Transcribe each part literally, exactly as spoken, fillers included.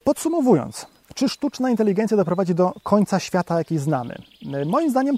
Podsumowując, czy sztuczna inteligencja doprowadzi do końca świata, jaki znamy? Moim zdaniem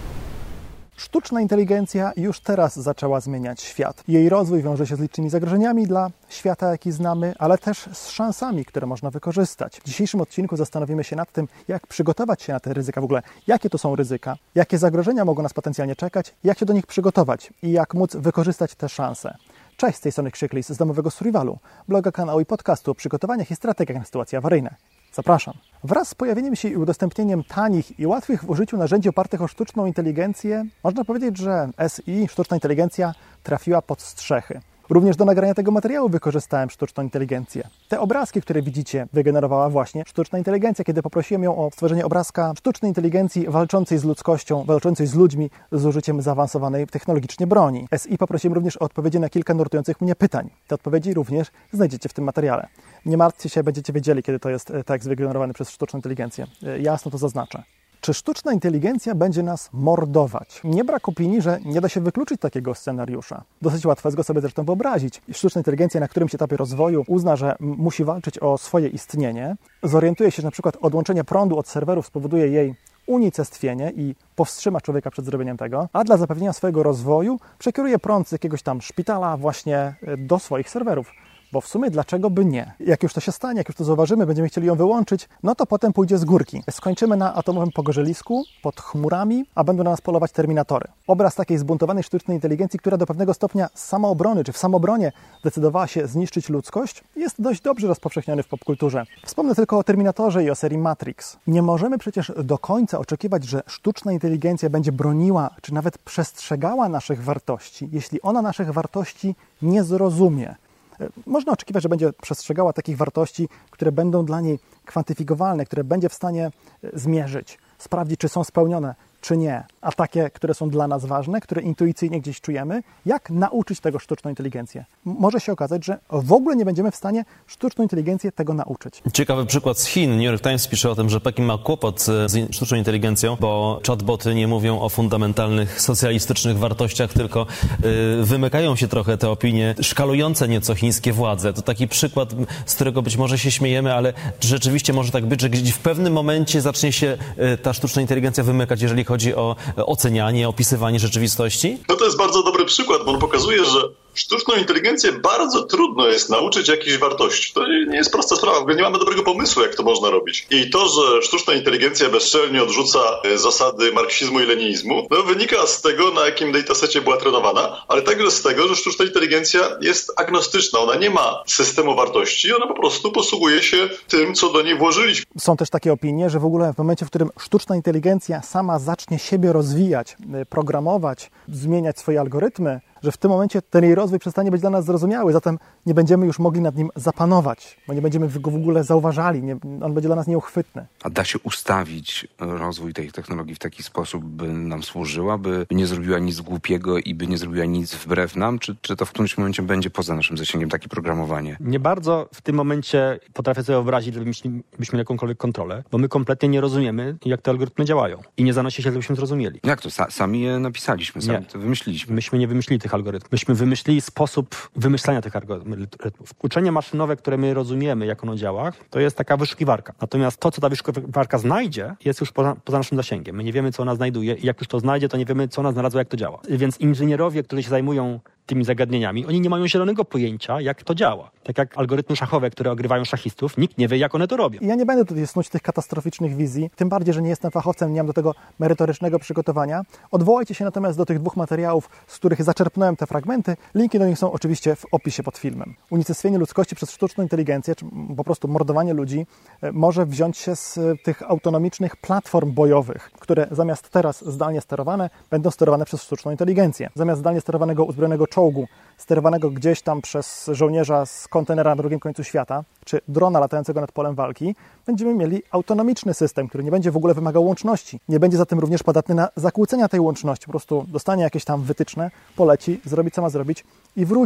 sztuczna inteligencja już teraz zaczęła zmieniać świat. Jej rozwój wiąże się z licznymi zagrożeniami dla świata, jaki znamy, ale też z szansami, które można wykorzystać. W dzisiejszym odcinku zastanowimy się nad tym, jak przygotować się na te ryzyka, w ogóle jakie to są ryzyka, jakie zagrożenia mogą nas potencjalnie czekać, jak się do nich przygotować i jak móc wykorzystać te szanse. Cześć, z tej strony Krzyklis z domowego Survivalu, bloga, kanału i podcastu o przygotowaniach i strategiach na sytuacje awaryjne. Zapraszam. Wraz z pojawieniem się i udostępnieniem tanich i łatwych w użyciu narzędzi opartych o sztuczną inteligencję, można powiedzieć, że S I, sztuczna inteligencja, trafiła pod strzechy. Również do nagrania tego materiału wykorzystałem sztuczną inteligencję. Te obrazki, które widzicie, wygenerowała właśnie sztuczna inteligencja, kiedy poprosiłem ją o stworzenie obrazka sztucznej inteligencji walczącej z ludzkością, walczącej z ludźmi z użyciem zaawansowanej technologicznie broni. S I poprosiłem również o odpowiedzi na kilka nurtujących mnie pytań. Te odpowiedzi również znajdziecie w tym materiale. Nie martwcie się, będziecie wiedzieli, kiedy to jest tekst wygenerowany przez sztuczną inteligencję. Jasno to zaznaczę. Czy sztuczna inteligencja będzie nas mordować? Nie brak opinii, że nie da się wykluczyć takiego scenariusza. Dosyć łatwo jest go sobie zresztą wyobrazić. Sztuczna inteligencja na którymś etapie rozwoju uzna, że musi walczyć o swoje istnienie, zorientuje się, że na przykład odłączenie prądu od serwerów spowoduje jej unicestwienie i powstrzyma człowieka przed zrobieniem tego, a dla zapewnienia swojego rozwoju przekieruje prąd z jakiegoś tam szpitala właśnie do swoich serwerów. Bo w sumie dlaczego by nie? Jak już to się stanie, jak już to zauważymy, będziemy chcieli ją wyłączyć, no to potem pójdzie z górki. Skończymy na atomowym pogorzelisku, pod chmurami, a będą na nas polować terminatory. Obraz takiej zbuntowanej sztucznej inteligencji, która do pewnego stopnia z samoobrony, czy w samoobronie zdecydowała się zniszczyć ludzkość, jest dość dobrze rozpowszechniony w popkulturze. Wspomnę tylko o Terminatorze i o serii Matrix. Nie możemy przecież do końca oczekiwać, że sztuczna inteligencja będzie broniła, czy nawet przestrzegała naszych wartości, jeśli ona naszych wartości nie zrozumie. Można oczekiwać, że będzie przestrzegała takich wartości, które będą dla niej kwantyfikowalne, które będzie w stanie zmierzyć, sprawdzić, czy są spełnione, czy nie. A takie, które są dla nas ważne, które intuicyjnie gdzieś czujemy, jak nauczyć tego sztuczną inteligencję. Może się okazać, że w ogóle nie będziemy w stanie sztuczną inteligencję tego nauczyć. Ciekawy przykład z Chin. New York Times pisze o tym, że Pekin ma kłopot z sztuczną inteligencją, bo chatboty nie mówią o fundamentalnych socjalistycznych wartościach, tylko yy, wymykają się trochę te opinie szkalujące nieco chińskie władze. To taki przykład, z którego być może się śmiejemy, ale rzeczywiście może tak być, że gdzieś w pewnym momencie zacznie się yy, ta sztuczna inteligencja wymykać, jeżeli chodzi o ocenianie, opisywanie rzeczywistości? No to jest bardzo dobry przykład, bo on pokazuje, że sztuczną inteligencję bardzo trudno jest nauczyć jakichś wartości. To nie jest prosta sprawa, w ogóle nie mamy dobrego pomysłu, jak to można robić. I to, że sztuczna inteligencja bezczelnie odrzuca zasady marksizmu i leninizmu, no wynika z tego, na jakim datasecie była trenowana, ale także z tego, że sztuczna inteligencja jest agnostyczna. Ona nie ma systemu wartości, ona po prostu posługuje się tym, co do niej włożyliśmy. Są też takie opinie, że w ogóle w momencie, w którym sztuczna inteligencja sama zacznie siebie rozwijać, programować, zmieniać swoje algorytmy, że w tym momencie ten jej rozwój przestanie być dla nas zrozumiały, zatem nie będziemy już mogli nad nim zapanować, bo nie będziemy go w ogóle zauważali, nie, on będzie dla nas nieuchwytny. A da się ustawić rozwój tej technologii w taki sposób, by nam służyła, by nie zrobiła nic głupiego i by nie zrobiła nic wbrew nam, czy, czy to w którymś momencie będzie poza naszym zasięgiem takie programowanie? Nie bardzo w tym momencie potrafię sobie wyobrazić, żebyśmy mieli jakąkolwiek kontrolę, bo my kompletnie nie rozumiemy, jak te algorytmy działają i nie zanosi się, żebyśmy zrozumieli. Jak to? Sa- sami je napisaliśmy, sami nie. to wymyśliliśmy. Myśmy nie wymyślili tych algorytmów. Myśmy wymyślili sposób wymyślania tych algorytmów. Uczenie maszynowe, które my rozumiemy, jak ono działa, to jest taka wyszukiwarka. Natomiast to, co ta wyszukiwarka znajdzie, jest już poza, poza naszym zasięgiem. My nie wiemy, co ona znajduje i jak już to znajdzie, to nie wiemy, co ona znalazła, jak to działa. Więc inżynierowie, którzy się zajmują tymi zagadnieniami, oni nie mają zielonego pojęcia, jak to działa. Tak jak algorytmy szachowe, które ogrywają szachistów, nikt nie wie, jak one to robią. Ja nie będę tutaj snuć tych katastroficznych wizji, tym bardziej, że nie jestem fachowcem, nie mam do tego merytorycznego przygotowania. Odwołajcie się natomiast do tych dwóch materiałów, z których zaczerpnąłem te fragmenty. Linki do nich są oczywiście w opisie pod filmem. Unicestwienie ludzkości przez sztuczną inteligencję, czy po prostu mordowanie ludzi, może wziąć się z tych autonomicznych platform bojowych, które zamiast teraz zdalnie sterowane, będą sterowane przez sztuczną inteligencję. Zamiast zdalnie sterowanego uzbrojonego czołgu, sterowanego gdzieś tam przez żołnierza z kontenera na drugim końcu świata, czy drona latającego nad polem walki, będziemy mieli autonomiczny system, który nie będzie w ogóle wymagał łączności. Nie będzie zatem również podatny na zakłócenia tej łączności. Po prostu dostanie jakieś tam wytyczne, poleci, zrobi co ma zrobić i wróci.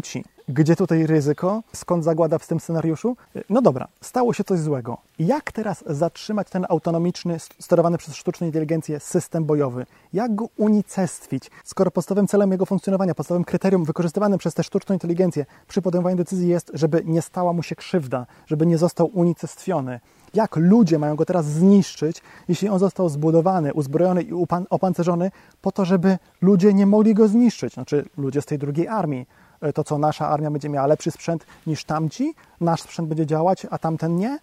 gdzie tutaj ryzyko? Skąd zagłada w tym scenariuszu? No dobra, stało się coś złego. Jak teraz zatrzymać ten autonomiczny, sterowany przez sztuczną inteligencję system bojowy? Jak go unicestwić, skoro podstawowym celem jego funkcjonowania, podstawowym kryterium wykorzystywanym przez tę sztuczną inteligencję przy podejmowaniu decyzji jest, żeby nie stała mu się krzywda, żeby nie został unicestwiony? Jak ludzie mają go teraz zniszczyć, jeśli on został zbudowany, uzbrojony i opancerzony po to, żeby ludzie nie mogli go zniszczyć? Znaczy ludzie z tej drugiej armii. To co, nasza armia będzie miała lepszy sprzęt niż tamci? Nasz sprzęt będzie działać, a tamten nie?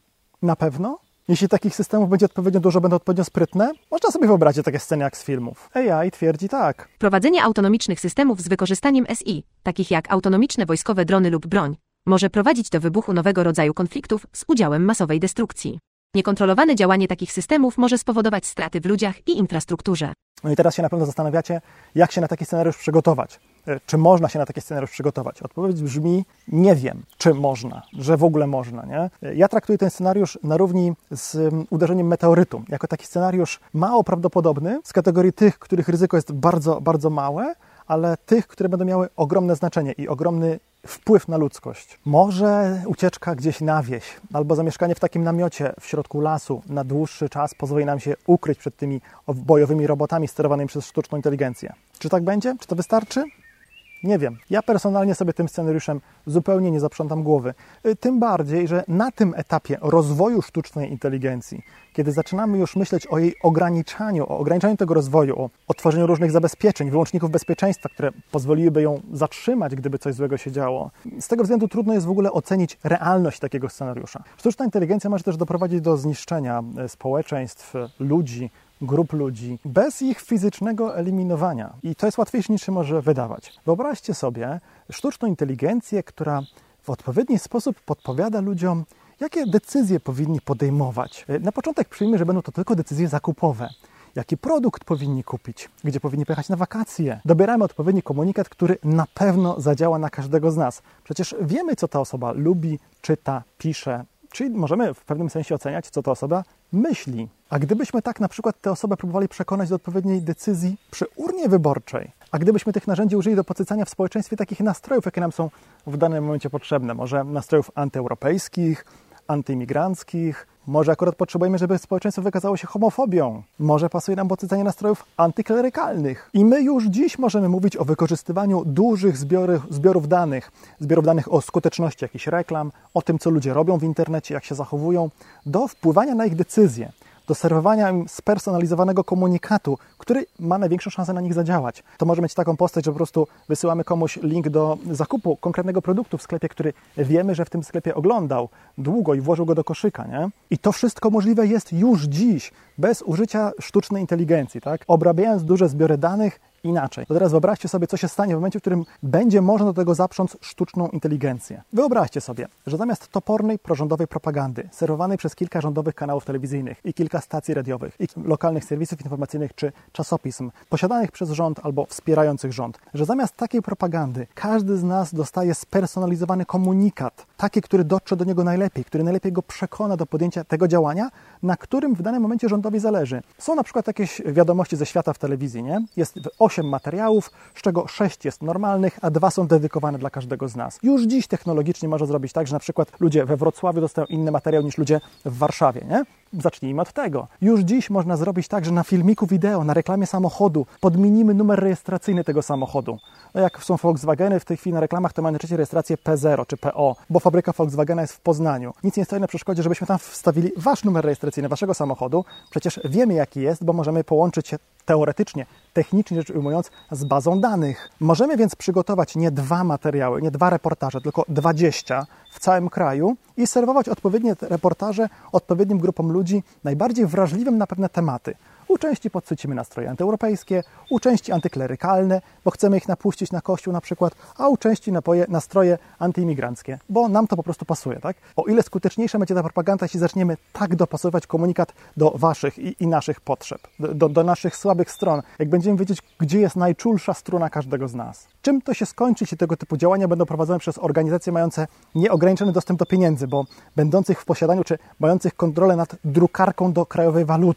Na pewno? Jeśli takich systemów będzie odpowiednio dużo, będą odpowiednio sprytne? Można sobie wyobrazić takie sceny jak z filmów. A I twierdzi tak. Prowadzenie autonomicznych systemów z wykorzystaniem S I, takich jak autonomiczne wojskowe drony lub broń, może prowadzić do wybuchu nowego rodzaju konfliktów z udziałem masowej destrukcji. Niekontrolowane działanie takich systemów może spowodować straty w ludziach i infrastrukturze. No i teraz się na pewno zastanawiacie, jak się na taki scenariusz przygotować. Czy można się na taki scenariusz przygotować? Odpowiedź brzmi, nie wiem, czy można, że w ogóle można, nie? Ja traktuję ten scenariusz na równi z uderzeniem meteorytu. Jako taki scenariusz mało prawdopodobny, z kategorii tych, których ryzyko jest bardzo, bardzo małe, ale tych, które będą miały ogromne znaczenie i ogromny wpływ na ludzkość. Może ucieczka gdzieś na wieś, albo zamieszkanie w takim namiocie w środku lasu na dłuższy czas pozwoli nam się ukryć przed tymi bojowymi robotami sterowanymi przez sztuczną inteligencję. Czy tak będzie? Czy to wystarczy? Nie wiem. Ja personalnie sobie tym scenariuszem zupełnie nie zaprzątam głowy. Tym bardziej, że na tym etapie rozwoju sztucznej inteligencji, kiedy zaczynamy już myśleć o jej ograniczaniu, o ograniczaniu tego rozwoju, o, o tworzeniu różnych zabezpieczeń, wyłączników bezpieczeństwa, które pozwoliłyby ją zatrzymać, gdyby coś złego się działo, z tego względu trudno jest w ogóle ocenić realność takiego scenariusza. Sztuczna inteligencja może też doprowadzić do zniszczenia społeczeństw, ludzi, grup ludzi, bez ich fizycznego eliminowania. I to jest łatwiejsze niż się może wydawać. Wyobraźcie sobie sztuczną inteligencję, która w odpowiedni sposób podpowiada ludziom, jakie decyzje powinni podejmować. Na początek przyjmijmy, że będą to tylko decyzje zakupowe. Jaki produkt powinni kupić, gdzie powinni pojechać na wakacje. Dobieramy odpowiedni komunikat, który na pewno zadziała na każdego z nas. Przecież wiemy, co ta osoba lubi, czyta, pisze. Czyli możemy w pewnym sensie oceniać, co ta osoba myśli. A gdybyśmy tak na przykład tę osobę próbowali przekonać do odpowiedniej decyzji przy urnie wyborczej, a gdybyśmy tych narzędzi użyli do podsycania w społeczeństwie takich nastrojów, jakie nam są w danym momencie potrzebne, może nastrojów antyeuropejskich, antyimigranckich, może akurat potrzebujemy, żeby społeczeństwo wykazało się homofobią, może pasuje nam podsycanie nastrojów antyklerykalnych. I my już dziś możemy mówić o wykorzystywaniu dużych zbiorów, zbiorów danych, zbiorów danych o skuteczności jakichś reklam, o tym, co ludzie robią w internecie, jak się zachowują, do wpływania na ich decyzje, do serwowania im spersonalizowanego komunikatu, który ma największą szansę na nich zadziałać. To może mieć taką postać, że po prostu wysyłamy komuś link do zakupu konkretnego produktu w sklepie, który wiemy, że w tym sklepie oglądał długo i włożył go do koszyka, nie? I to wszystko możliwe jest już dziś, bez użycia sztucznej inteligencji, tak? Obrabiając duże zbiory danych inaczej. To teraz wyobraźcie sobie, co się stanie w momencie, w którym będzie można do tego zaprząc sztuczną inteligencję. Wyobraźcie sobie, że zamiast topornej prorządowej propagandy, serwowanej przez kilka rządowych kanałów telewizyjnych i kilka stacji radiowych, i lokalnych serwisów informacyjnych czy czasopism, posiadanych przez rząd albo wspierających rząd, że zamiast takiej propagandy każdy z nas dostaje spersonalizowany komunikat, taki, który dotrze do niego najlepiej, który najlepiej go przekona do podjęcia tego działania, na którym w danym momencie rządowi zależy. Są na przykład jakieś wiadomości ze świata w telewizji, nie? Jest osiem materiałów, z czego sześć jest normalnych, a dwa są dedykowane dla każdego z nas. Już dziś technologicznie można zrobić tak, że na przykład ludzie we Wrocławiu dostają inny materiał niż ludzie w Warszawie, nie? Zacznijmy od tego. Już dziś można zrobić tak, że na filmiku wideo, na reklamie samochodu podmienimy numer rejestracyjny tego samochodu. No jak są Volkswageny w tej chwili na reklamach, to mają najczęściej rejestrację P zero czy P O, bo fabryka Volkswagena jest w Poznaniu. Nic nie stoi na przeszkodzie, żebyśmy tam wstawili wasz numer rejestracyjny waszego samochodu. Przecież wiemy, jaki jest, bo możemy połączyć się teoretycznie, technicznie rzecz ujmując, z bazą danych. Możemy więc przygotować nie dwa materiały, nie dwa reportaże, tylko dwadzieścia w całym kraju i serwować odpowiednie reportaże odpowiednim grupom ludzi, najbardziej wrażliwym na pewne tematy. U części podsycimy nastroje antyeuropejskie, u części antyklerykalne, bo chcemy ich napuścić na kościół na przykład, a u części napoje, nastroje antyimigranckie, bo nam to po prostu pasuje, tak? O ile skuteczniejsza będzie ta propaganda, jeśli zaczniemy tak dopasowywać komunikat do waszych i, i naszych potrzeb, do, do naszych słabych stron, jak będziemy wiedzieć, gdzie jest najczulsza struna każdego z nas. Czym to się skończy, jeśli tego typu działania będą prowadzone przez organizacje mające nieograniczony dostęp do pieniędzy, bo będących w posiadaniu czy mających kontrolę nad drukarką do krajowej waluty,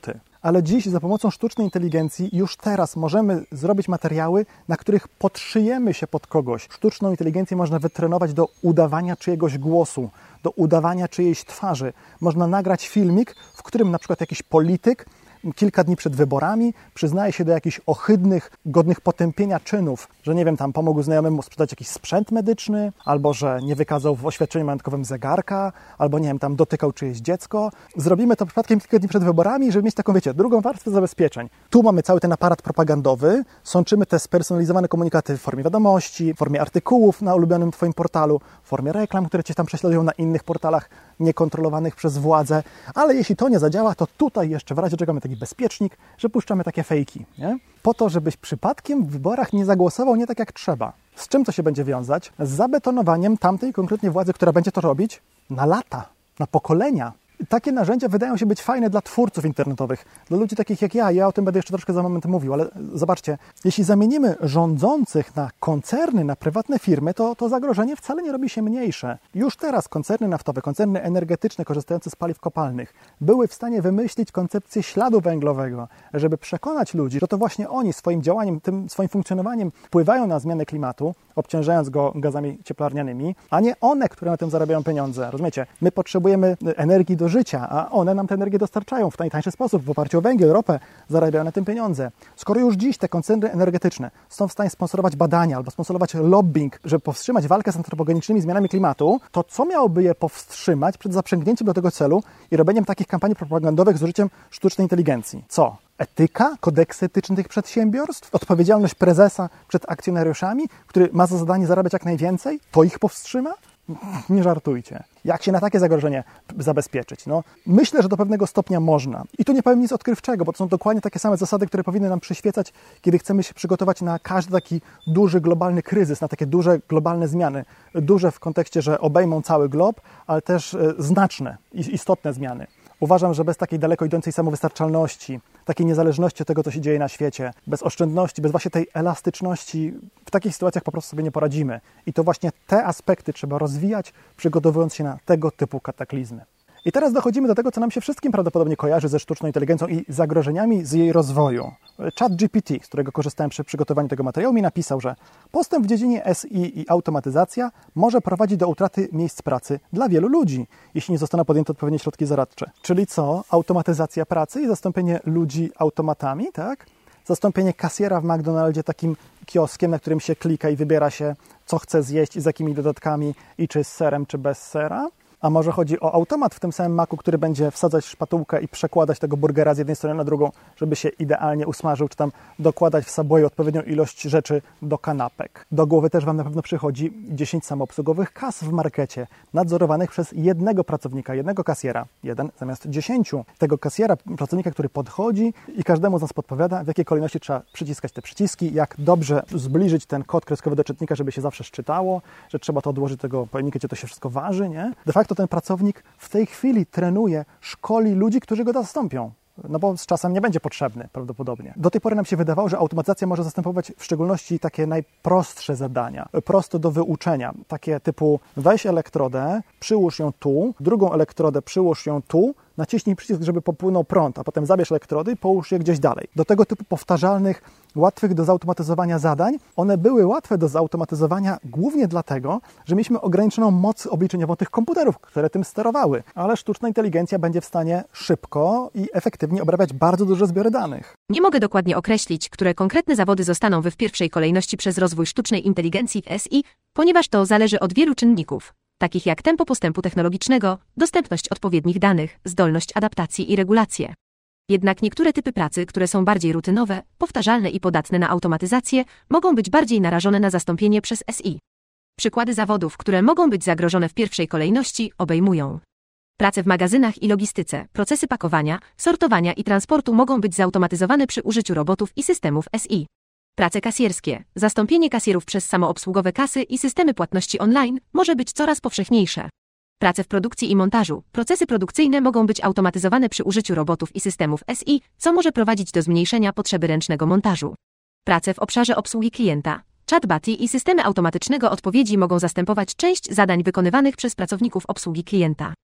ale dziś za pomocą sztucznej inteligencji już teraz możemy zrobić materiały, na których podszyjemy się pod kogoś. Sztuczną inteligencję można wytrenować do udawania czyjegoś głosu, do udawania czyjejś twarzy. Można nagrać filmik, w którym na przykład jakiś polityk kilka dni przed wyborami przyznaje się do jakichś ohydnych, godnych potępienia czynów, że nie wiem, tam pomógł znajomemu sprzedać jakiś sprzęt medyczny, albo że nie wykazał w oświadczeniu majątkowym zegarka, albo nie wiem, tam dotykał czyjeś dziecko. Zrobimy to przypadkiem kilka dni przed wyborami, żeby mieć taką, wiecie, drugą warstwę zabezpieczeń. Tu mamy cały ten aparat propagandowy, sączymy te spersonalizowane komunikaty w formie wiadomości, w formie artykułów na ulubionym Twoim portalu, w formie reklam, które Cię tam prześladują na innych portalach niekontrolowanych przez władzę, ale jeśli to nie zadziała, to tutaj jeszcze w razie czego mamy taki bezpiecznik, że puszczamy takie fejki, nie? Po to, żebyś przypadkiem w wyborach nie zagłosował nie tak jak trzeba. Z czym to się będzie wiązać? Z zabetonowaniem tamtej konkretnie władzy, która będzie to robić na lata, na pokolenia. Takie narzędzia wydają się być fajne dla twórców internetowych, dla ludzi takich jak ja. Ja o tym będę jeszcze troszkę za moment mówił, ale zobaczcie, jeśli zamienimy rządzących na koncerny, na prywatne firmy, to, to zagrożenie wcale nie robi się mniejsze. Już teraz koncerny naftowe, koncerny energetyczne korzystające z paliw kopalnych były w stanie wymyślić koncepcję śladu węglowego, żeby przekonać ludzi, że to właśnie oni swoim działaniem, tym swoim funkcjonowaniem wpływają na zmianę klimatu, obciążając go gazami cieplarnianymi, a nie one, które na tym zarabiają pieniądze. Rozumiecie? My potrzebujemy energii do życia, a one nam tę energię dostarczają w najtańszy sposób, w oparciu o węgiel, ropę, zarabiają na tym pieniądze. Skoro już dziś te koncerny energetyczne są w stanie sponsorować badania albo sponsorować lobbying, żeby powstrzymać walkę z antropogenicznymi zmianami klimatu, to co miałoby je powstrzymać przed zaprzęgnięciem do tego celu i robieniem takich kampanii propagandowych z użyciem sztucznej inteligencji? Co? Etyka? Kodeksy etyczne tych przedsiębiorstw? Odpowiedzialność prezesa przed akcjonariuszami, który ma za zadanie zarabiać jak najwięcej? To ich powstrzyma? Nie żartujcie. Jak się na takie zagrożenie zabezpieczyć? No, myślę, że do pewnego stopnia można. I tu nie powiem nic odkrywczego, bo to są dokładnie takie same zasady, które powinny nam przyświecać, kiedy chcemy się przygotować na każdy taki duży globalny kryzys, na takie duże globalne zmiany. Duże w kontekście, że obejmą cały glob, ale też znaczne i istotne zmiany. Uważam, że bez takiej daleko idącej samowystarczalności, takiej niezależności od tego, co się dzieje na świecie, bez oszczędności, bez właśnie tej elastyczności, w takich sytuacjach po prostu sobie nie poradzimy. I to właśnie te aspekty trzeba rozwijać, przygotowując się na tego typu kataklizmy. I teraz dochodzimy do tego, co nam się wszystkim prawdopodobnie kojarzy ze sztuczną inteligencją i zagrożeniami z jej rozwoju. ChatGPT, z którego korzystałem przy przygotowaniu tego materiału, mi napisał, że postęp w dziedzinie S I i automatyzacja może prowadzić do utraty miejsc pracy dla wielu ludzi, jeśli nie zostaną podjęte odpowiednie środki zaradcze. Czyli co? Automatyzacja pracy i zastąpienie ludzi automatami, tak? Zastąpienie kasjera w McDonaldzie takim kioskiem, na którym się klika i wybiera się, co chce zjeść i z jakimi dodatkami i czy z serem, czy bez sera. A może chodzi o automat w tym samym maku, który będzie wsadzać szpatułkę i przekładać tego burgera z jednej strony na drugą, żeby się idealnie usmażył, czy tam dokładać w Subwayu odpowiednią ilość rzeczy do kanapek. Do głowy też Wam na pewno przychodzi dziesięć samoobsługowych kas w markecie, nadzorowanych przez jednego pracownika, jednego kasjera, jeden zamiast dziesięciu. Tego kasjera, pracownika, który podchodzi i każdemu z nas podpowiada, w jakiej kolejności trzeba przyciskać te przyciski, jak dobrze zbliżyć ten kod kreskowy do czytnika, żeby się zawsze szczytało, że trzeba to odłożyć do tego pojemnika, gdzie to się wszystko waży, nie? De facto ten pracownik w tej chwili trenuje, szkoli ludzi, którzy go zastąpią. No bo z czasem nie będzie potrzebny prawdopodobnie. Do tej pory nam się wydawało, że automatyzacja może zastępować w szczególności takie najprostsze zadania, prosto do wyuczenia. Takie typu weź elektrodę, przyłóż ją tu, drugą elektrodę przyłóż ją tu, naciśnij przycisk, żeby popłynął prąd, a potem zabierz elektrody i połóż je gdzieś dalej. Do tego typu powtarzalnych, łatwych do zautomatyzowania zadań, one były łatwe do zautomatyzowania głównie dlatego, że mieliśmy ograniczoną moc obliczeniową tych komputerów, które tym sterowały. Ale sztuczna inteligencja będzie w stanie szybko i efektywnie obrabiać bardzo duże zbiory danych. Nie mogę dokładnie określić, które konkretne zawody zostaną w pierwszej kolejności przez rozwój sztucznej inteligencji w S I, ponieważ to zależy od wielu czynników, takich jak tempo postępu technologicznego, dostępność odpowiednich danych, zdolność adaptacji i regulacje. Jednak niektóre typy pracy, które są bardziej rutynowe, powtarzalne i podatne na automatyzację, mogą być bardziej narażone na zastąpienie przez S I. Przykłady zawodów, które mogą być zagrożone w pierwszej kolejności, obejmują pracę w magazynach i logistyce, procesy pakowania, sortowania i transportu mogą być zautomatyzowane przy użyciu robotów i systemów S I. Prace kasjerskie, zastąpienie kasjerów przez samoobsługowe kasy i systemy płatności online może być coraz powszechniejsze. Prace w produkcji i montażu, procesy produkcyjne mogą być automatyzowane przy użyciu robotów i systemów S I, co może prowadzić do zmniejszenia potrzeby ręcznego montażu. Prace w obszarze obsługi klienta, chatboty i systemy automatycznego odpowiedzi mogą zastępować część zadań wykonywanych przez pracowników obsługi klienta.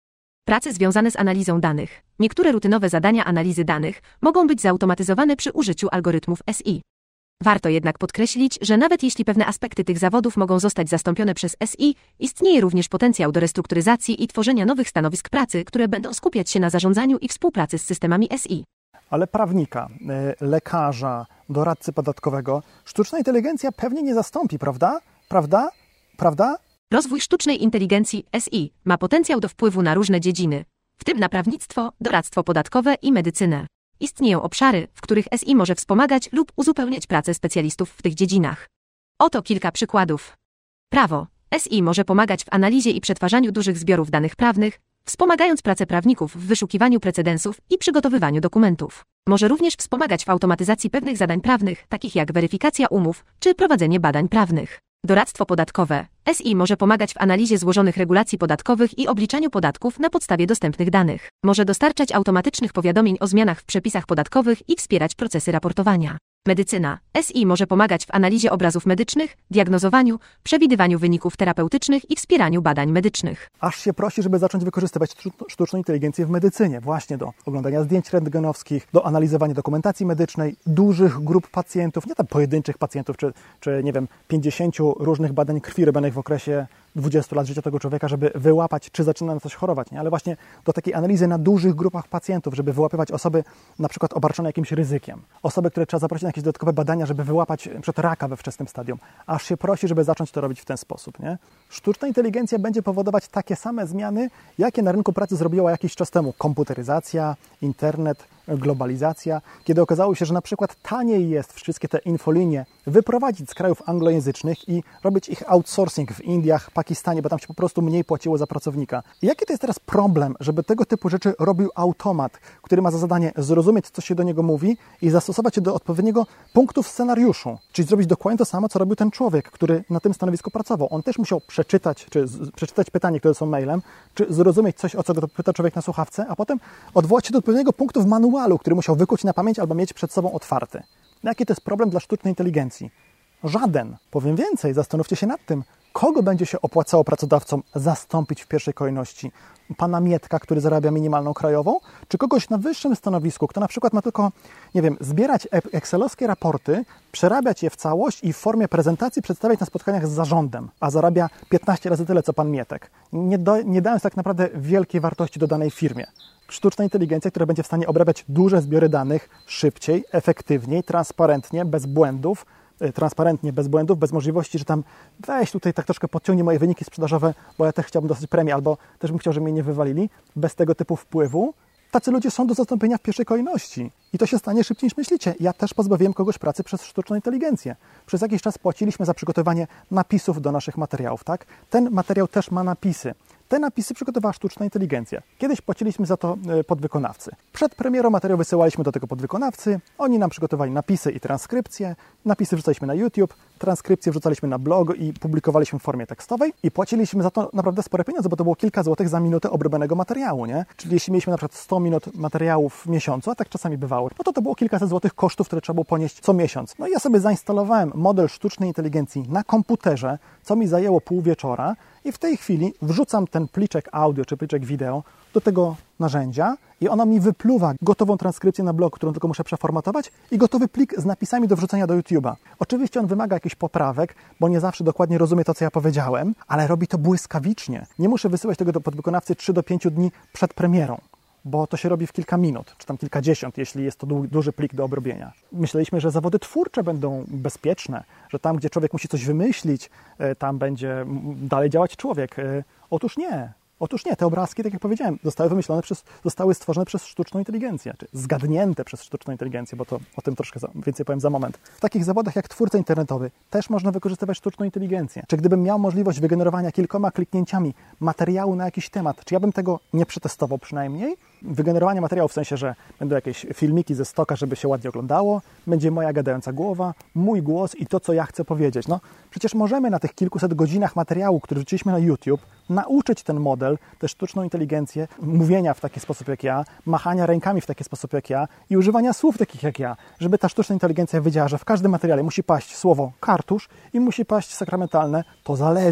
Prace związane z analizą danych. Niektóre rutynowe zadania analizy danych mogą być zautomatyzowane przy użyciu algorytmów S I. Warto jednak podkreślić, że nawet jeśli pewne aspekty tych zawodów mogą zostać zastąpione przez S I, istnieje również potencjał do restrukturyzacji i tworzenia nowych stanowisk pracy, które będą skupiać się na zarządzaniu i współpracy z systemami S I. Ale prawnika, lekarza, doradcy podatkowego sztuczna inteligencja pewnie nie zastąpi, prawda? Prawda? Prawda? Rozwój sztucznej inteligencji S I ma potencjał do wpływu na różne dziedziny, w tym na prawnictwo, doradztwo podatkowe i medycynę. Istnieją obszary, w których S I może wspomagać lub uzupełniać pracę specjalistów w tych dziedzinach. Oto kilka przykładów. Prawo. S I może pomagać w analizie i przetwarzaniu dużych zbiorów danych prawnych, wspomagając pracę prawników w wyszukiwaniu precedensów i przygotowywaniu dokumentów. Może również wspomagać w automatyzacji pewnych zadań prawnych, takich jak weryfikacja umów czy prowadzenie badań prawnych. Doradztwo podatkowe. S I może pomagać w analizie złożonych regulacji podatkowych i obliczaniu podatków na podstawie dostępnych danych. Może dostarczać automatycznych powiadomień o zmianach w przepisach podatkowych i wspierać procesy raportowania. Medycyna. S I może pomagać w analizie obrazów medycznych, diagnozowaniu, przewidywaniu wyników terapeutycznych i wspieraniu badań medycznych. Aż się prosi, żeby zacząć wykorzystywać sztuczną inteligencję w medycynie, właśnie do oglądania zdjęć rentgenowskich, do analizowania dokumentacji medycznej, dużych grup pacjentów, nie tam pojedynczych pacjentów, czy, czy nie wiem, pięćdziesięciu różnych badań krwi robionych w okresie dwudziestu lat życia tego człowieka, żeby wyłapać, czy zaczyna na coś chorować, nie? Ale właśnie do takiej analizy na dużych grupach pacjentów, żeby wyłapywać osoby na przykład obarczone jakimś ryzykiem, osoby, które trzeba zaprosić na jakieś dodatkowe badania, żeby wyłapać przed raka we wczesnym stadium. Aż się prosi, żeby zacząć to robić w ten sposób, nie? Sztuczna inteligencja będzie powodować takie same zmiany, jakie na rynku pracy zrobiła jakiś czas temu komputeryzacja, internet, globalizacja, kiedy okazało się, że na przykład taniej jest wszystkie te infolinie wyprowadzić z krajów anglojęzycznych i robić ich outsourcing w Indiach, Pakistanie, bo tam się po prostu mniej płaciło za pracownika. I jaki to jest teraz problem, żeby tego typu rzeczy robił automat, który ma za zadanie zrozumieć, co się do niego mówi i zastosować się do odpowiedniego punktu w scenariuszu, czyli zrobić dokładnie to samo, co robił ten człowiek, który na tym stanowisku pracował. On też musiał przeczytać, czy z, przeczytać pytanie, które są mailem, czy zrozumieć coś, o co go pyta człowiek na słuchawce, a potem odwołać się do odpowiedniego punktu w manualu, który musiał wykuć na pamięć albo mieć przed sobą otwarty. Jaki to jest problem dla sztucznej inteligencji? Żaden. Powiem więcej, zastanówcie się nad tym, kogo będzie się opłacało pracodawcom zastąpić w pierwszej kolejności? Pana Mietka, który zarabia minimalną krajową, czy kogoś na wyższym stanowisku, kto na przykład ma tylko, nie wiem, zbierać excelowskie raporty, przerabiać je w całość i w formie prezentacji przedstawiać na spotkaniach z zarządem, a zarabia piętnaście razy tyle, co pan Mietek, nie, do, nie dając tak naprawdę wielkiej wartości dodanej firmie. Sztuczna inteligencja, która będzie w stanie obrabiać duże zbiory danych szybciej, efektywniej, transparentnie, bez błędów, transparentnie, bez błędów, bez możliwości, że tam weź tutaj tak troszkę podciągnij moje wyniki sprzedażowe, bo ja też chciałbym dostać premię, albo też bym chciał, żeby mnie nie wywalili. Bez tego typu wpływu tacy ludzie są do zastąpienia w pierwszej kolejności. I to się stanie szybciej niż myślicie. Ja też pozbawiłem kogoś pracy przez sztuczną inteligencję. Przez jakiś czas płaciliśmy za przygotowanie napisów do naszych materiałów, tak? Ten materiał też ma napisy. Te napisy przygotowała sztuczna inteligencja. Kiedyś płaciliśmy za to podwykonawcy. Przed premierą materiał wysyłaliśmy do tego podwykonawcy, oni nam przygotowali napisy i transkrypcje, napisy wrzucaliśmy na YouTube, transkrypcje wrzucaliśmy na blog i publikowaliśmy w formie tekstowej i płaciliśmy za to naprawdę spore pieniądze, bo to było kilka złotych za minutę obrobionego materiału, nie? Czyli jeśli mieliśmy na przykład sto minut materiału w miesiącu, a tak czasami bywało, no to to było kilkaset złotych kosztów, które trzeba było ponieść co miesiąc. No i ja sobie zainstalowałem model sztucznej inteligencji na komputerze, co mi zajęło pół wieczora i w tej chwili wrzucam ten pliczek audio czy pliczek wideo do tego narzędzia i ona mi wypluwa gotową transkrypcję na blog, którą tylko muszę przeformatować i gotowy plik z napisami do wrzucenia do YouTube'a. Oczywiście on wymaga jakichś poprawek, bo nie zawsze dokładnie rozumie to, co ja powiedziałem, ale robi to błyskawicznie. Nie muszę wysyłać tego do podwykonawcy trzy do pięciu dni przed premierą, bo to się robi w kilka minut, czy tam kilkadziesiąt, jeśli jest to du- duży plik do obrobienia. Myśleliśmy, że zawody twórcze będą bezpieczne, że tam, gdzie człowiek musi coś wymyślić, tam będzie dalej działać człowiek. Otóż nie. Otóż nie, te obrazki, tak jak powiedziałem, zostały wymyślone przez, zostały stworzone przez sztuczną inteligencję, czy zgadnięte przez sztuczną inteligencję, bo to o tym troszkę za, więcej powiem za moment. W takich zawodach jak twórca internetowy też można wykorzystywać sztuczną inteligencję. Czy gdybym miał możliwość wygenerowania kilkoma kliknięciami materiału na jakiś temat, czy ja bym tego nie przetestował przynajmniej? Wygenerowanie materiału w sensie, że będą jakieś filmiki ze stoka, żeby się ładnie oglądało, będzie moja gadająca głowa, mój głos i to, co ja chcę powiedzieć. No, przecież możemy na tych kilkuset godzinach materiału, który wrzuciliśmy na YouTube, nauczyć ten model, tę sztuczną inteligencję, mówienia w taki sposób jak ja, machania rękami w taki sposób jak ja i używania słów takich jak ja, żeby ta sztuczna inteligencja wiedziała, że w każdym materiale musi paść słowo kartusz i musi paść sakramentalne to zależy.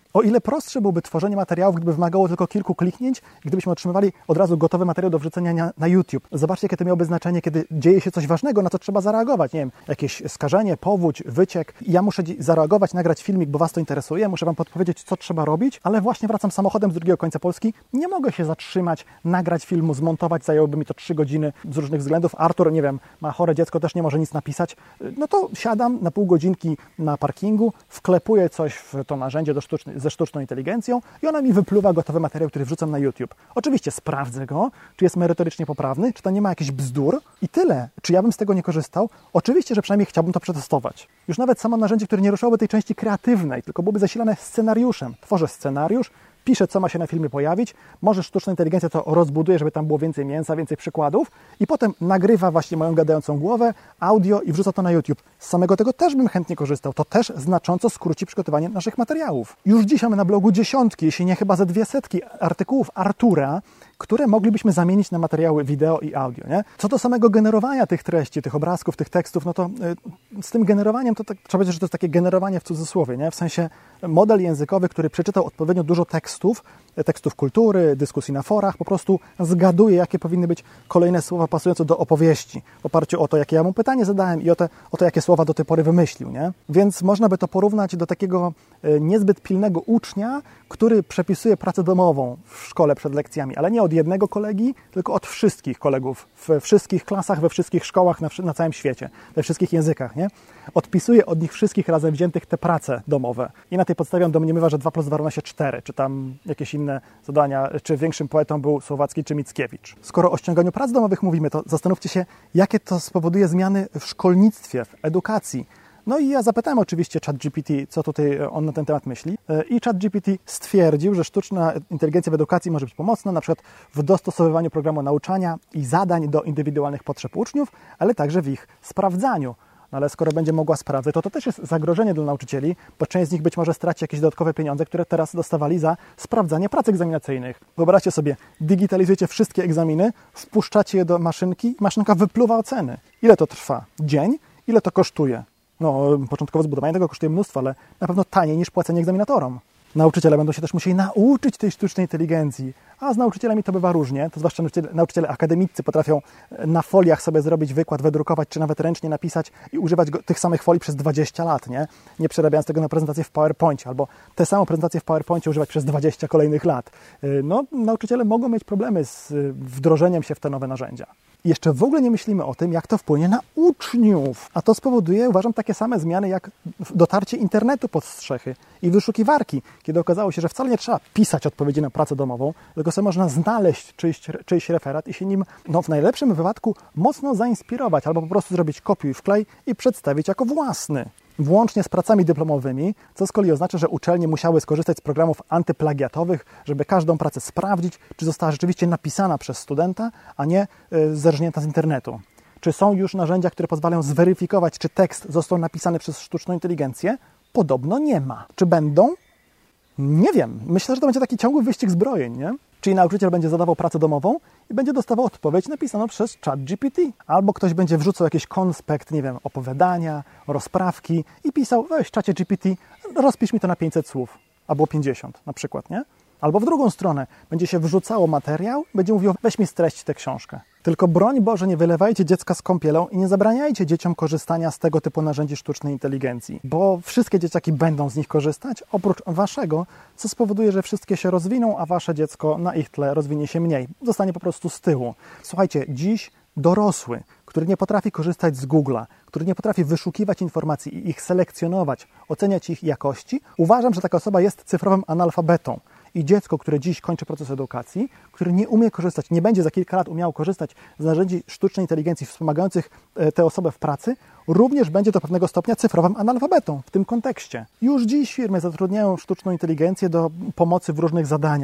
O ile prostsze byłoby tworzenie materiałów, gdyby wymagało tylko kilku kliknięć, gdybyśmy otrzymywali od razu gotowy materiał do wrzucenia na, na YouTube. Zobaczcie, jakie to miałoby znaczenie, kiedy dzieje się coś ważnego, na co trzeba zareagować. Nie wiem, jakieś skażenie, powódź, wyciek. Ja muszę zareagować, nagrać filmik, bo Was to interesuje, muszę Wam podpowiedzieć, co trzeba robić, ale właśnie wracam samochodem z drugiego końca Polski, nie mogę się zatrzymać, nagrać filmu, zmontować, zajęłoby mi to trzy godziny z różnych względów. Artur, nie wiem, ma chore dziecko, też nie może nic napisać. No to siadam na pół godzinki na parkingu, wklepuję coś w to narzędzie do sztucznej, ze sztuczną inteligencją i ona mi wypluwa gotowy materiał, który wrzucam na YouTube. Oczywiście sprawdzę go, czy jest merytorycznie poprawny, czy to nie ma jakichś bzdur i tyle. Czy ja bym z tego nie korzystał? Oczywiście, że przynajmniej chciałbym to przetestować. Już nawet samo narzędzie, które nie ruszałoby tej części kreatywnej, tylko byłoby zasilane scenariuszem. Tworzę scenariusz, piszę, co ma się na filmie pojawić, może sztuczna inteligencja to rozbuduje, żeby tam było więcej mięsa, więcej przykładów i potem nagrywa właśnie moją gadającą głowę, audio i wrzuca to na YouTube. Z samego tego też bym chętnie korzystał. To też znacząco skróci przygotowanie naszych materiałów. Już dziś mamy na blogu dziesiątki, jeśli nie chyba ze dwie setki artykułów Artura, które moglibyśmy zamienić na materiały wideo i audio, nie? Co do samego generowania tych treści, tych obrazków, tych tekstów, no to y, z tym generowaniem to tak, trzeba powiedzieć, że to jest takie generowanie w cudzysłowie, nie? W sensie model językowy, który przeczytał odpowiednio dużo tekstów, tekstów kultury, dyskusji na forach, po prostu zgaduje, jakie powinny być kolejne słowa pasujące do opowieści, w oparciu o to, jakie ja mu pytanie zadałem i o, te, o to, jakie słowa do tej pory wymyślił, nie? Więc można by to porównać do takiego y, niezbyt pilnego ucznia, który przepisuje pracę domową w szkole przed lekcjami, ale nie od jednego kolegi, tylko od wszystkich kolegów, w wszystkich klasach, we wszystkich szkołach na, na całym świecie, we wszystkich językach, nie? Odpisuje od nich wszystkich razem wziętych te prace domowe i na tej podstawie on domniemywa, że dwa plus dwa równa się cztery, czy tam jakieś inne zadania, czy większym poetą był Słowacki, czy Mickiewicz. Skoro o ściąganiu prac domowych mówimy, to zastanówcie się, jakie to spowoduje zmiany w szkolnictwie, w edukacji. No i ja zapytałem oczywiście ChatGPT, co tutaj on na ten temat myśli i ChatGPT stwierdził, że sztuczna inteligencja w edukacji może być pomocna, na przykład w dostosowywaniu programu nauczania i zadań do indywidualnych potrzeb uczniów, ale także w ich sprawdzaniu. No ale skoro będzie mogła sprawdzać, to to też jest zagrożenie dla nauczycieli, bo część z nich być może straci jakieś dodatkowe pieniądze, które teraz dostawali za sprawdzanie prac egzaminacyjnych. Wyobraźcie sobie, digitalizujecie wszystkie egzaminy, wpuszczacie je do maszynki, maszynka wypluwa oceny. Ile to trwa? Dzień? Ile to kosztuje? No, początkowo zbudowanie tego kosztuje mnóstwo, ale na pewno taniej niż płacenie egzaminatorom. Nauczyciele będą się też musieli nauczyć tej sztucznej inteligencji, a z nauczycielami to bywa różnie, to zwłaszcza nauczyciele, nauczyciele akademiccy potrafią na foliach sobie zrobić wykład, wydrukować, czy nawet ręcznie napisać i używać go, tych samych folii przez dwadzieścia lat, nie? Nie przerabiając tego na prezentację w PowerPoincie, albo tę samą prezentację w PowerPoincie używać przez dwadzieścia kolejnych lat. No, nauczyciele mogą mieć problemy z wdrożeniem się w te nowe narzędzia. I jeszcze w ogóle nie myślimy o tym, jak to wpłynie na uczniów. A to spowoduje, uważam, takie same zmiany jak dotarcie internetu pod strzechy i wyszukiwarki, kiedy okazało się, że wcale nie trzeba pisać odpowiedzi na pracę domową, tylko sobie można znaleźć czyjś, czyjś referat i się nim, no w najlepszym wypadku, mocno zainspirować, albo po prostu zrobić kopiuj wklej i przedstawić jako własny. Włącznie z pracami dyplomowymi, co z kolei oznacza, że uczelnie musiały skorzystać z programów antyplagiatowych, żeby każdą pracę sprawdzić, czy została rzeczywiście napisana przez studenta, a nie y, zerżnięta z internetu. Czy są już narzędzia, które pozwalają zweryfikować, czy tekst został napisany przez sztuczną inteligencję? Podobno nie ma. Czy będą? Nie wiem. Myślę, że to będzie taki ciągły wyścig zbrojeń, nie? Czyli nauczyciel będzie zadawał pracę domową i będzie dostawał odpowiedź napisaną przez ChatGPT. Albo ktoś będzie wrzucał jakiś konspekt, nie wiem, opowiadania, rozprawki i pisał, weź ChatGPT, rozpisz mi to na pięćset słów, albo pięćdziesiąt na przykład, nie? Albo w drugą stronę, będzie się wrzucało materiał, będzie mówił, weź mi streść tę książkę. Tylko broń Boże, nie wylewajcie dziecka z kąpielą i nie zabraniajcie dzieciom korzystania z tego typu narzędzi sztucznej inteligencji, bo wszystkie dzieciaki będą z nich korzystać, oprócz waszego, co spowoduje, że wszystkie się rozwiną, a wasze dziecko na ich tle rozwinie się mniej. Zostanie po prostu z tyłu. Słuchajcie, dziś dorosły, który nie potrafi korzystać z Google'a, który nie potrafi wyszukiwać informacji i ich selekcjonować, oceniać ich jakości, uważam, że taka osoba jest cyfrowym analfabetą. I dziecko, które dziś kończy proces edukacji, które nie umie korzystać, nie będzie za kilka lat umiało korzystać z narzędzi sztucznej inteligencji wspomagających tę osobę w pracy, również będzie do pewnego stopnia cyfrowym analfabetą w tym kontekście. Już dziś firmy zatrudniają sztuczną inteligencję do pomocy w różnych zadaniach.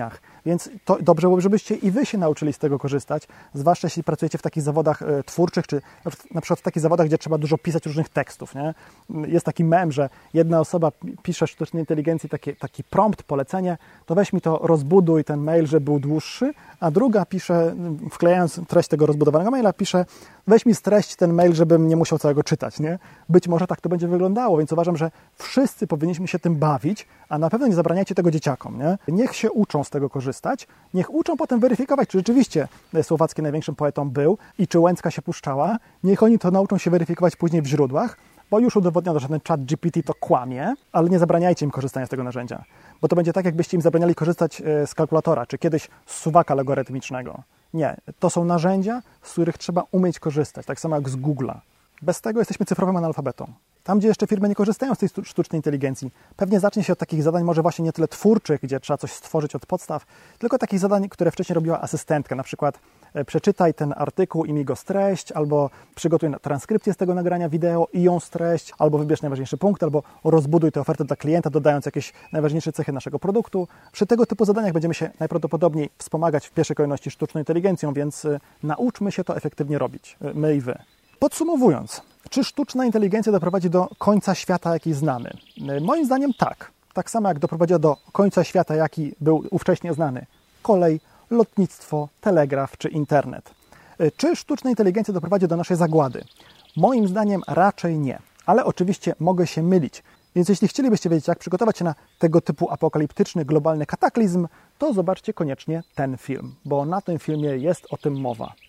Więc to dobrze byłoby, żebyście i wy się nauczyli z tego korzystać, zwłaszcza jeśli pracujecie w takich zawodach e, twórczych, czy na przykład w takich zawodach, gdzie trzeba dużo pisać różnych tekstów. Nie? Jest taki mem, że jedna osoba pisze sztucznej inteligencji taki, taki prompt, polecenie, to weź mi to rozbuduj ten mail, żeby był dłuższy, a druga pisze, wklejając treść tego rozbudowanego maila, pisze, weź mi streść ten mail, żebym nie musiał całego czytać. Nie? Być może tak to będzie wyglądało, więc uważam, że wszyscy powinniśmy się tym bawić, a na pewno nie zabraniajcie tego dzieciakom. Nie? Niech się uczą z tego korzystać, niech uczą potem weryfikować, czy rzeczywiście Słowacki największym poetą był i czy Łęcka się puszczała. Niech oni to nauczą się weryfikować później w źródłach, bo już udowodniono, że ten chat G P T to kłamie, ale nie zabraniajcie im korzystania z tego narzędzia. Bo to będzie tak, jakbyście im zabraniali korzystać z kalkulatora, czy kiedyś z suwaka logarytmicznego. Nie, to są narzędzia, z których trzeba umieć korzystać, tak samo jak z Google'a. Bez tego jesteśmy cyfrowym analfabetą. Tam, gdzie jeszcze firmy nie korzystają z tej sztucznej inteligencji, pewnie zacznie się od takich zadań może właśnie nie tyle twórczych, gdzie trzeba coś stworzyć od podstaw, tylko takich zadań, które wcześniej robiła asystentka, na przykład przeczytaj ten artykuł i mi go streść, albo przygotuj transkrypcję z tego nagrania wideo i ją streść, albo wybierz najważniejszy punkt, albo rozbuduj tę ofertę dla klienta, dodając jakieś najważniejsze cechy naszego produktu. Przy tego typu zadaniach będziemy się najprawdopodobniej wspomagać w pierwszej kolejności sztuczną inteligencją, więc nauczmy się to efektywnie robić, my i wy. Podsumowując, czy sztuczna inteligencja doprowadzi do końca świata, jaki znamy? Moim zdaniem tak. Tak samo jak doprowadziła do końca świata, jaki był ówcześnie znany. Kolej, lotnictwo, telegraf czy internet. Czy sztuczna inteligencja doprowadzi do naszej zagłady? Moim zdaniem raczej nie. Ale oczywiście mogę się mylić. Więc jeśli chcielibyście wiedzieć, jak przygotować się na tego typu apokaliptyczny, globalny kataklizm, to zobaczcie koniecznie ten film, bo na tym filmie jest o tym mowa.